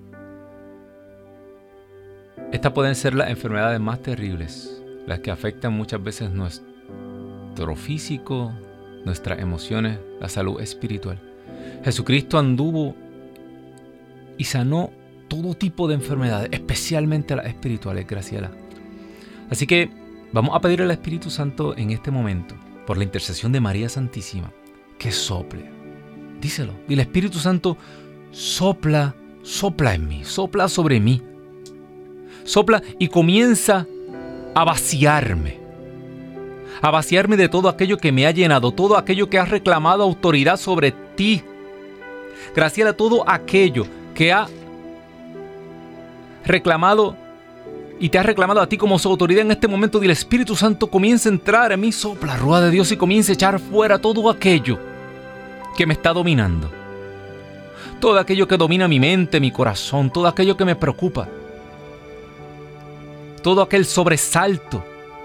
Estas pueden ser las enfermedades más terribles, las que afectan muchas veces nuestro físico, nuestras emociones, la salud espiritual. Jesucristo anduvo y sanó todo tipo de enfermedades, especialmente las espirituales, Graciela. Así que vamos a pedir al Espíritu Santo en este momento, por la intercesión de María Santísima, que sople. Díselo. Dile, Espíritu Santo, sopla en mí, sopla sobre mí. Sopla y comienza a vaciarme de todo aquello que me ha llenado, todo aquello que ha reclamado autoridad sobre ti. Graciela, todo aquello que ha reclamado y te ha reclamado a ti como su autoridad en este momento, dile, Espíritu Santo, comienza a entrar en mí, sopla, rueda de Dios, y comienza a echar fuera todo aquello que me está dominando. Todo aquello que domina mi mente, mi corazón, todo aquello que me preocupa. Todo aquel sobresalto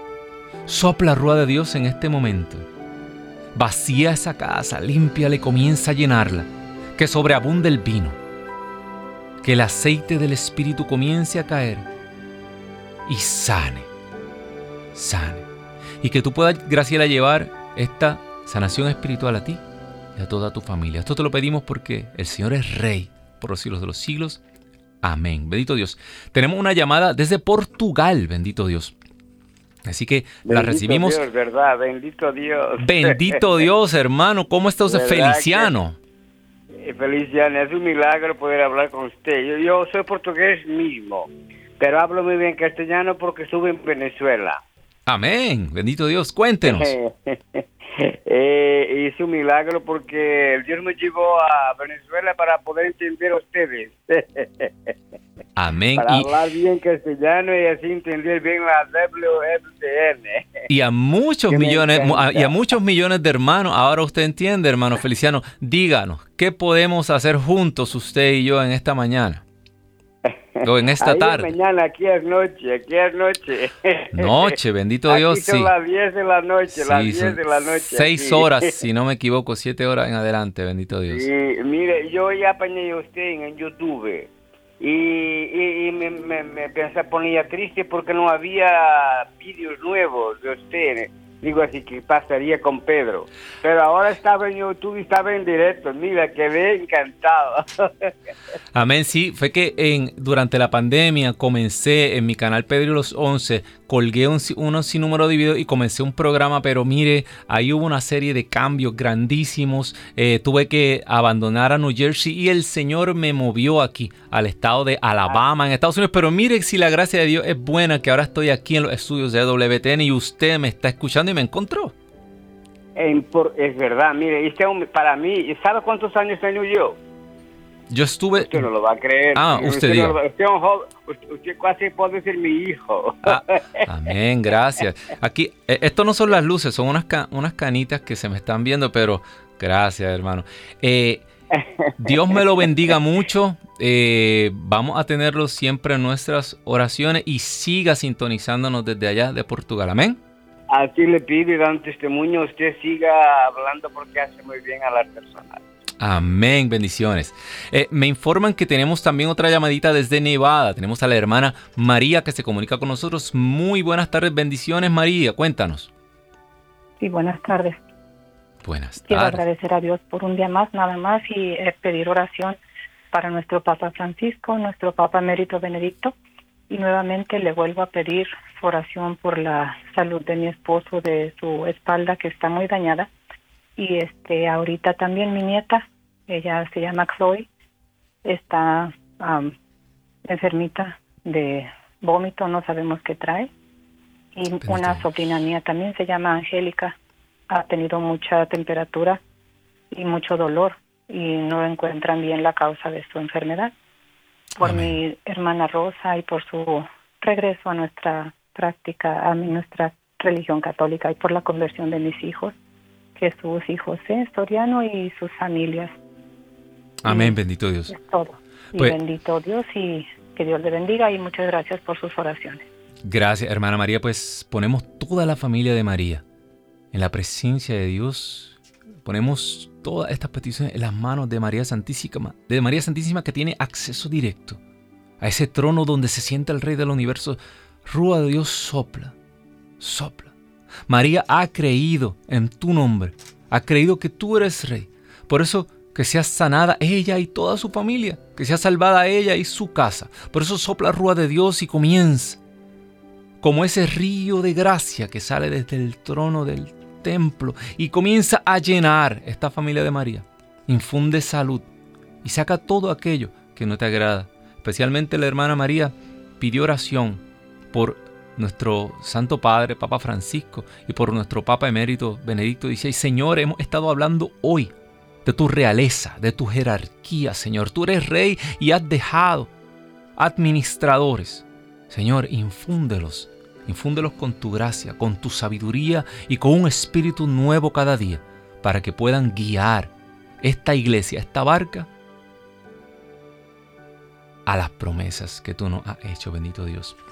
Sopla, Ruach de Dios, en este momento. Vacía esa casa, límpiala y comienza a llenarla. Que sobreabunde el vino. Que el aceite del Espíritu comience a caer y sane. Y que tú puedas, Graciela, llevar esta sanación espiritual a ti y a toda tu familia. Esto te lo pedimos porque el Señor es Rey por los siglos de los siglos. Amén. Bendito Dios. Tenemos una llamada desde Portugal, bendito Dios. Así que la recibimos. Dios, ¿verdad? Bendito Dios. Bendito Dios, hermano. ¿Cómo está usted, Feliciano? Feliciano, es un milagro poder hablar con usted. Yo soy portugués mismo, pero hablo muy bien castellano porque estuve en Venezuela. Amén. Bendito Dios. Cuéntenos. Hice un milagro porque Dios me llevó a Venezuela para poder entender a ustedes. Amén. Para hablar bien castellano y así entender bien la WFCN. Y a muchos millones de hermanos, ahora usted entiende, hermano Feliciano. Díganos, ¿qué podemos hacer juntos usted y yo en esta mañana? O en esta tarde. Mañana, aquí es noche. Noche, bendito Dios. Aquí son las 10 de la noche, las 10 de la noche. 6 horas, si no me equivoco, 7 horas en adelante, bendito Dios. Sí, mire, yo ya apañé a usted en YouTube y me pensé, ponía triste porque no había vídeos nuevos de usted. Digo, así que pasaría con Pedro. Pero ahora estaba en YouTube y estaba en directo. Mira, quedé encantado. Amén, sí. Fue que durante la pandemia comencé en mi canal Pedro y los 11, colgué unos sinnúmero de videos y comencé un programa, pero mire, ahí hubo una serie de cambios grandísimos. Tuve que abandonar a New Jersey y el Señor me movió aquí, al estado de Alabama, en Estados Unidos. Pero mire si la gracia de Dios es buena, que ahora estoy aquí en los estudios de WTN y usted me está escuchando y me encontró. Es verdad, mire, para mí, ¿sabe cuántos años tengo yo? Yo estuve... Usted no lo va a creer. Usted diga. Usted casi puede ser mi hijo. Amén, gracias. Aquí, esto no son las luces, son unas canitas que se me están viendo, pero gracias, hermano. Dios me lo bendiga mucho. Vamos a tenerlo siempre en nuestras oraciones y siga sintonizándonos desde allá de Portugal. Amén. Así le pido y dando testimonio, usted siga hablando porque hace muy bien a las personas. Amén, bendiciones. Me informan que tenemos también otra llamadita desde Nevada. Tenemos a la hermana María que se comunica con nosotros. Muy buenas tardes, bendiciones, María, cuéntanos. Sí, buenas tardes. Buenas tardes. Quiero agradecer a Dios por un día más, nada más, y pedir oración para nuestro Papa Francisco, nuestro Papa Emérito Benedicto. Y nuevamente le vuelvo a pedir oración por la salud de mi esposo, de su espalda que está muy dañada. Y ahorita también mi nieta, ella se llama Chloe, está enfermita de vómito, no sabemos qué trae. Y una sobrina mía también se llama Angélica, ha tenido mucha temperatura y mucho dolor y no encuentran bien la causa de su enfermedad. Por Amén. Mi hermana Rosa y por su regreso a nuestra práctica, a nuestra religión católica y por la conversión de mis hijos, Jesús y José Soriano y sus familias. Amén, bendito Dios. Es todo. Y bendito Dios y que Dios le bendiga y muchas gracias por sus oraciones. Gracias, hermana María. Pues ponemos toda la familia de María en la presencia de Dios. Ponemos todas estas peticiones en las manos de María Santísima, que tiene acceso directo a ese trono donde se sienta el Rey del Universo. Ruach de Dios, sopla, sopla. María ha creído en tu nombre, ha creído que tú eres Rey. Por eso que sea sanada ella y toda su familia, que sea salvada ella y su casa. Por eso sopla Ruach de Dios y comienza como ese río de gracia que sale desde el trono del templo y comienza a llenar esta familia de María. Infunde salud y saca todo aquello que no te agrada. Especialmente la hermana María pidió oración por nuestro Santo Padre, Papa Francisco, y por nuestro Papa Emérito Benedicto XVI. Señor, hemos estado hablando hoy de tu realeza, de tu jerarquía, Señor. Tú eres Rey y has dejado administradores. Señor, infúndelos con tu gracia, con tu sabiduría y con un espíritu nuevo cada día para que puedan guiar esta iglesia, esta barca, a las promesas que tú nos has hecho, bendito Dios.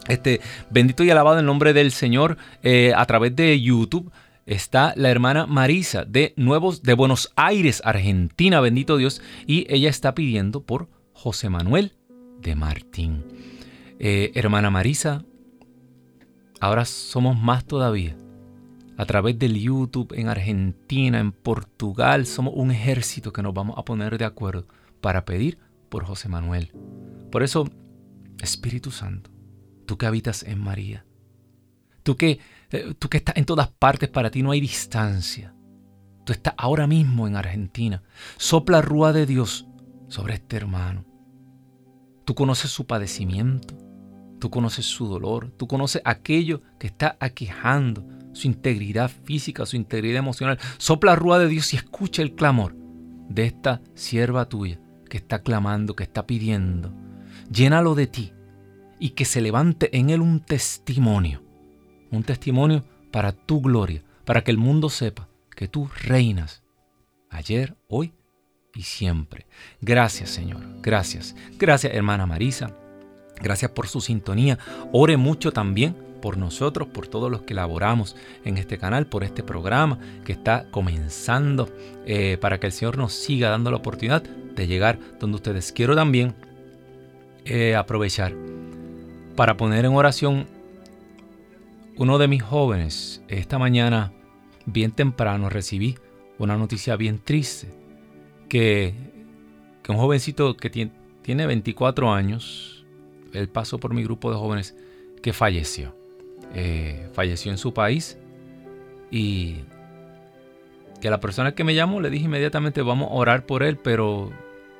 Bendito y alabado el nombre del Señor. A través de YouTube está la hermana Marisa de Buenos Aires, Argentina, bendito Dios. Y ella está pidiendo por José Manuel de Martín. Hermana Marisa, ahora somos más todavía. A través del YouTube en Argentina, en Portugal, somos un ejército que nos vamos a poner de acuerdo para pedir por José Manuel. Por eso, Espíritu Santo, tú que habitas en María, tú que estás en todas partes, para ti no hay distancia. Tú estás ahora mismo en Argentina. Sopla rúa de Dios sobre este hermano. Tú conoces su padecimiento, tú conoces su dolor, tú conoces aquello que está aquejando, su integridad física, su integridad emocional. Sopla rúa de Dios y escucha el clamor de esta sierva tuya que está clamando, que está pidiendo. Llénalo de ti y que se levante en él un testimonio para tu gloria, para que el mundo sepa que tú reinas ayer, hoy y siempre. Gracias, Señor. Gracias. Gracias, hermana Marisa. Gracias por su sintonía. Ore mucho también por nosotros, por todos los que laboramos en este canal, por este programa que está comenzando, para que el Señor nos siga dando la oportunidad de llegar donde ustedes. Quiero también aprovechar para poner en oración uno de mis jóvenes. Esta mañana, bien temprano, recibí una noticia bien triste, que un jovencito que tiene 24 años, él pasó por mi grupo de jóvenes, que falleció. Falleció en su país, y que a la persona que me llamó le dije inmediatamente: vamos a orar por él, pero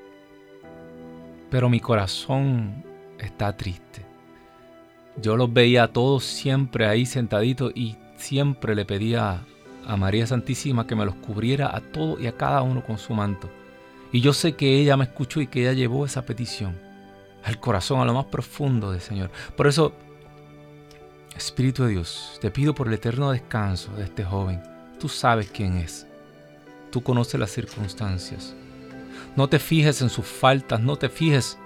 mi corazón está triste. Yo los veía a todos siempre ahí sentaditos, y siempre le pedía a María Santísima que me los cubriera a todos y a cada uno con su manto. Y yo sé que ella me escuchó y que ella llevó esa petición al corazón, a lo más profundo del Señor. Por eso, Espíritu de Dios, te pido por el eterno descanso de este joven. Tú sabes quién es. Tú conoces las circunstancias. No te fijes en sus faltas, no te fijes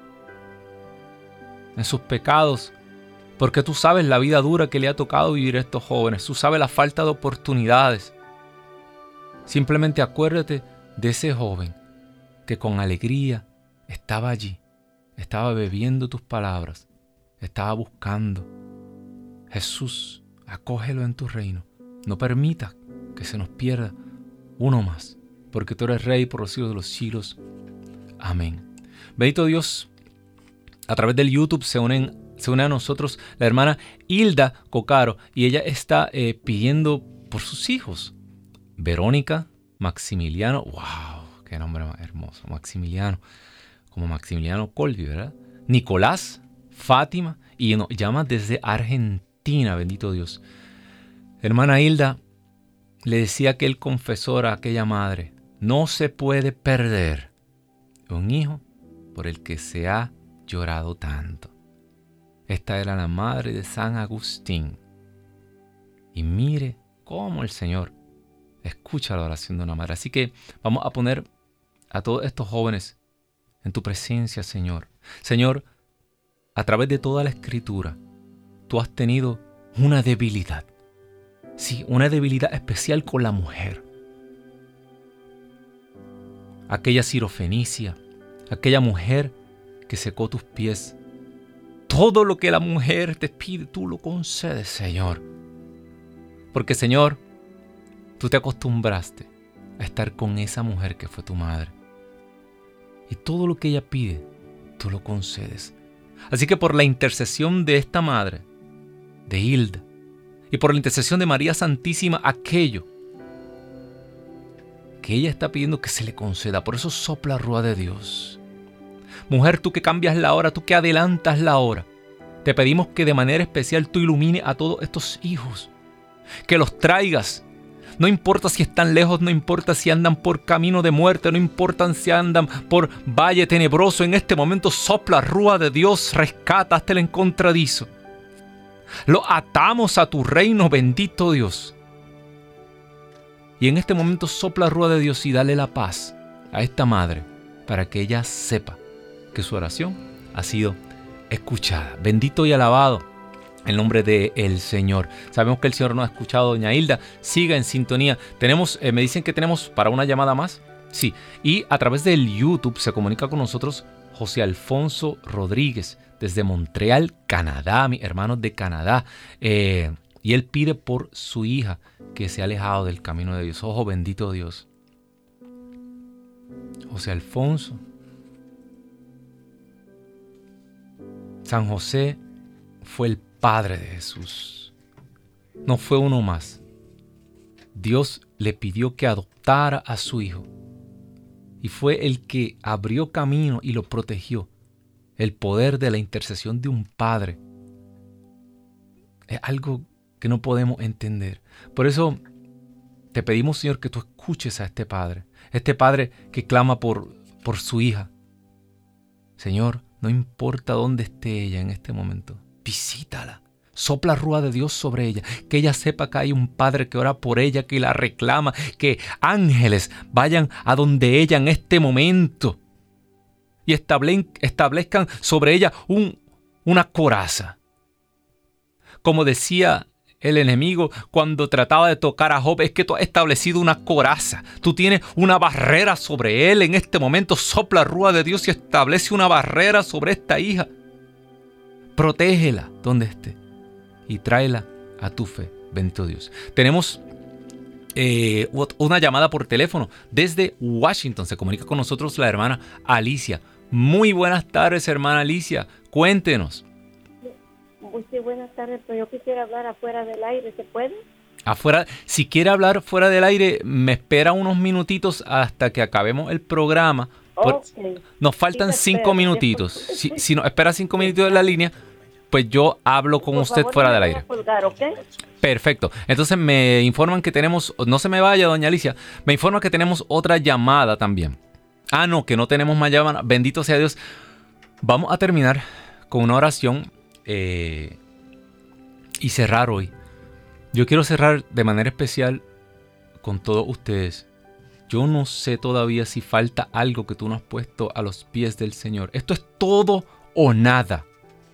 en sus pecados, porque tú sabes la vida dura que le ha tocado vivir a estos jóvenes. Tú sabes la falta de oportunidades. Simplemente acuérdate de ese joven que con alegría estaba allí, estaba bebiendo tus palabras, estaba buscando. Jesús, acógelo en tu reino. No permitas que se nos pierda uno más, porque tú eres Rey por los siglos de los siglos. Amén. Bendito Dios, a través del YouTube se une a nosotros la hermana Hilda Cocaro, y ella está pidiendo por sus hijos. Verónica, Maximiliano, wow, qué nombre más hermoso, Maximiliano, como Maximiliano Colby, ¿verdad? Nicolás, Fátima, y nos llama desde Argentina, bendito Dios. Hermana Hilda le decía aquel confesor a aquella madre: no se puede perder un hijo por el que se ha llorado tanto. Esta era la madre de San Agustín. Y mire cómo el Señor escucha la oración de una madre. Así que vamos a poner a todos estos jóvenes en tu presencia, Señor. Señor, a través de toda la Escritura, tú has tenido una debilidad. Sí, una debilidad especial con la mujer. Aquella sirofenicia, aquella mujer que secó tus pies. Todo lo que la mujer te pide, tú lo concedes, Señor. Porque, Señor, tú te acostumbraste a estar con esa mujer que fue tu madre. Y todo lo que ella pide, tú lo concedes. Así que por la intercesión de esta madre, de Hilda, y por la intercesión de María Santísima, aquello que ella está pidiendo que se le conceda. Por eso sopla rúa de Dios. Mujer, tú que cambias la hora, tú que adelantas la hora, te pedimos que de manera especial tú ilumines a todos estos hijos, que los traigas. No importa si están lejos, no importa si andan por camino de muerte, no importa si andan por valle tenebroso. En este momento sopla rúa de Dios, rescata hasta el encontradizo. Lo atamos a tu reino, bendito Dios. Y en este momento sopla rúa de Dios y dale la paz a esta madre, para que ella sepa que su oración ha sido escuchada. Bendito y alabado el nombre del Señor. Sabemos que el Señor nos ha escuchado, doña Hilda. Siga en sintonía. Me dicen que tenemos para una llamada más. Sí, y a través del YouTube se comunica con nosotros José Alfonso Rodríguez desde Montreal, Canadá, mis hermanos de Canadá. Y él pide por su hija que se ha alejado del camino de Dios. Ojo, bendito Dios. José Alfonso. San José fue el padre de Jesús. No fue uno más. Dios le pidió que adoptara a su hijo. Y fue el que abrió camino y lo protegió. El poder de la intercesión de un padre es algo que no podemos entender. Por eso te pedimos, Señor, que tú escuches a este padre que clama por su hija. Señor, no importa dónde esté ella en este momento, visítala. Sopla rúa de Dios sobre ella, que ella sepa que hay un Padre que ora por ella, que la reclama, que ángeles vayan a donde ella en este momento y establezcan sobre ella una coraza. Como decía el enemigo cuando trataba de tocar a Job, es que tú has establecido una coraza. Tú tienes una barrera sobre él en este momento. Sopla rúa de Dios y establece una barrera sobre esta hija. Protégela donde esté y tráela a tu fe, bendito Dios. Tenemos una llamada por teléfono desde Washington. Se comunica con nosotros la hermana Alicia. Muy buenas tardes, hermana Alicia. Cuéntenos. Sí, buenas tardes, pero yo quisiera hablar afuera del aire, ¿se puede? Afuera, si quiere hablar fuera del aire, me espera unos minutitos hasta que acabemos el programa. Okay. Nos faltan 5 minutitos. Si nos espera 5 minutitos en la línea, pues yo hablo con usted fuera del aire. Colgar, ¿okay? Perfecto. Entonces me informan que tenemos, no se me vaya, doña Alicia, me informan que tenemos otra llamada también. No, que no tenemos más llamadas. Bendito sea Dios. Vamos a terminar con una oración y cerrar hoy. Yo quiero cerrar de manera especial con todos ustedes. Yo no sé todavía si falta algo que tú no has puesto a los pies del Señor. Esto es todo o nada.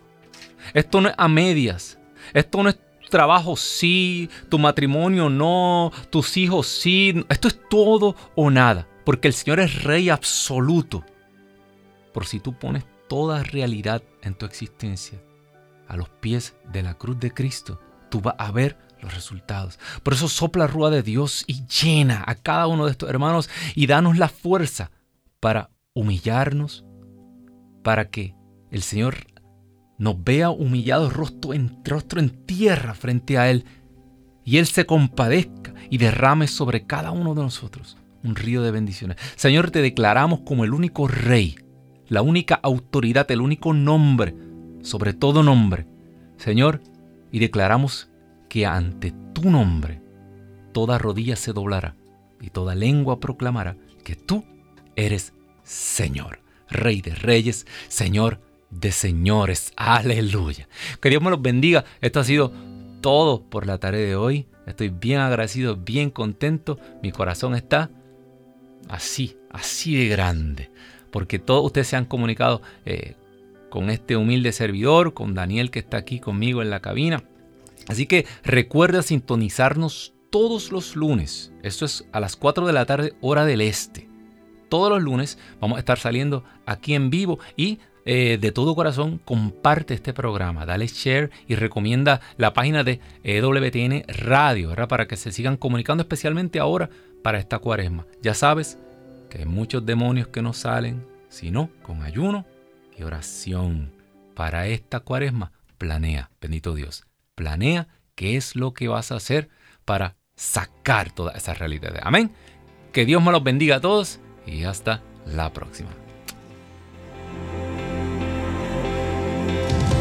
Esto no es a medias. Esto no es trabajo sí, tu matrimonio no, tus hijos sí. Esto es todo o nada. Porque el Señor es Rey absoluto. Por si tú pones toda realidad en tu existencia a los pies de la cruz de Cristo, tú vas a ver los resultados. Por eso sopla rúa de Dios y llena a cada uno de estos hermanos y danos la fuerza para humillarnos, para que el Señor nos vea humillados rostro en tierra frente a Él y Él se compadezca y derrame sobre cada uno de nosotros un río de bendiciones. Señor, te declaramos como el único Rey, la única autoridad, el único nombre, sobre todo nombre, Señor, y declaramos que ante tu nombre toda rodilla se doblará y toda lengua proclamará que tú eres Señor, Rey de reyes, Señor de señores. Aleluya. Que Dios me los bendiga. Esto ha sido todo por la tarde de hoy. Estoy bien agradecido, bien contento. Mi corazón está así de grande, porque todos ustedes se han comunicado con este humilde servidor, con Daniel que está aquí conmigo en la cabina. Así que recuerda sintonizarnos todos los lunes. Esto es a las 4 de la tarde, hora del este. Todos los lunes vamos a estar saliendo aquí en vivo y de todo corazón comparte este programa. Dale share y recomienda la página de EWTN Radio, ¿verdad? Para que se sigan comunicando, especialmente ahora para esta cuaresma. Ya sabes que hay muchos demonios que no salen, sino con ayuno y oración. Para esta cuaresma, planea, bendito Dios, planea qué es lo que vas a hacer para sacar todas esas realidades. Amén. Que Dios me los bendiga a todos y hasta la próxima.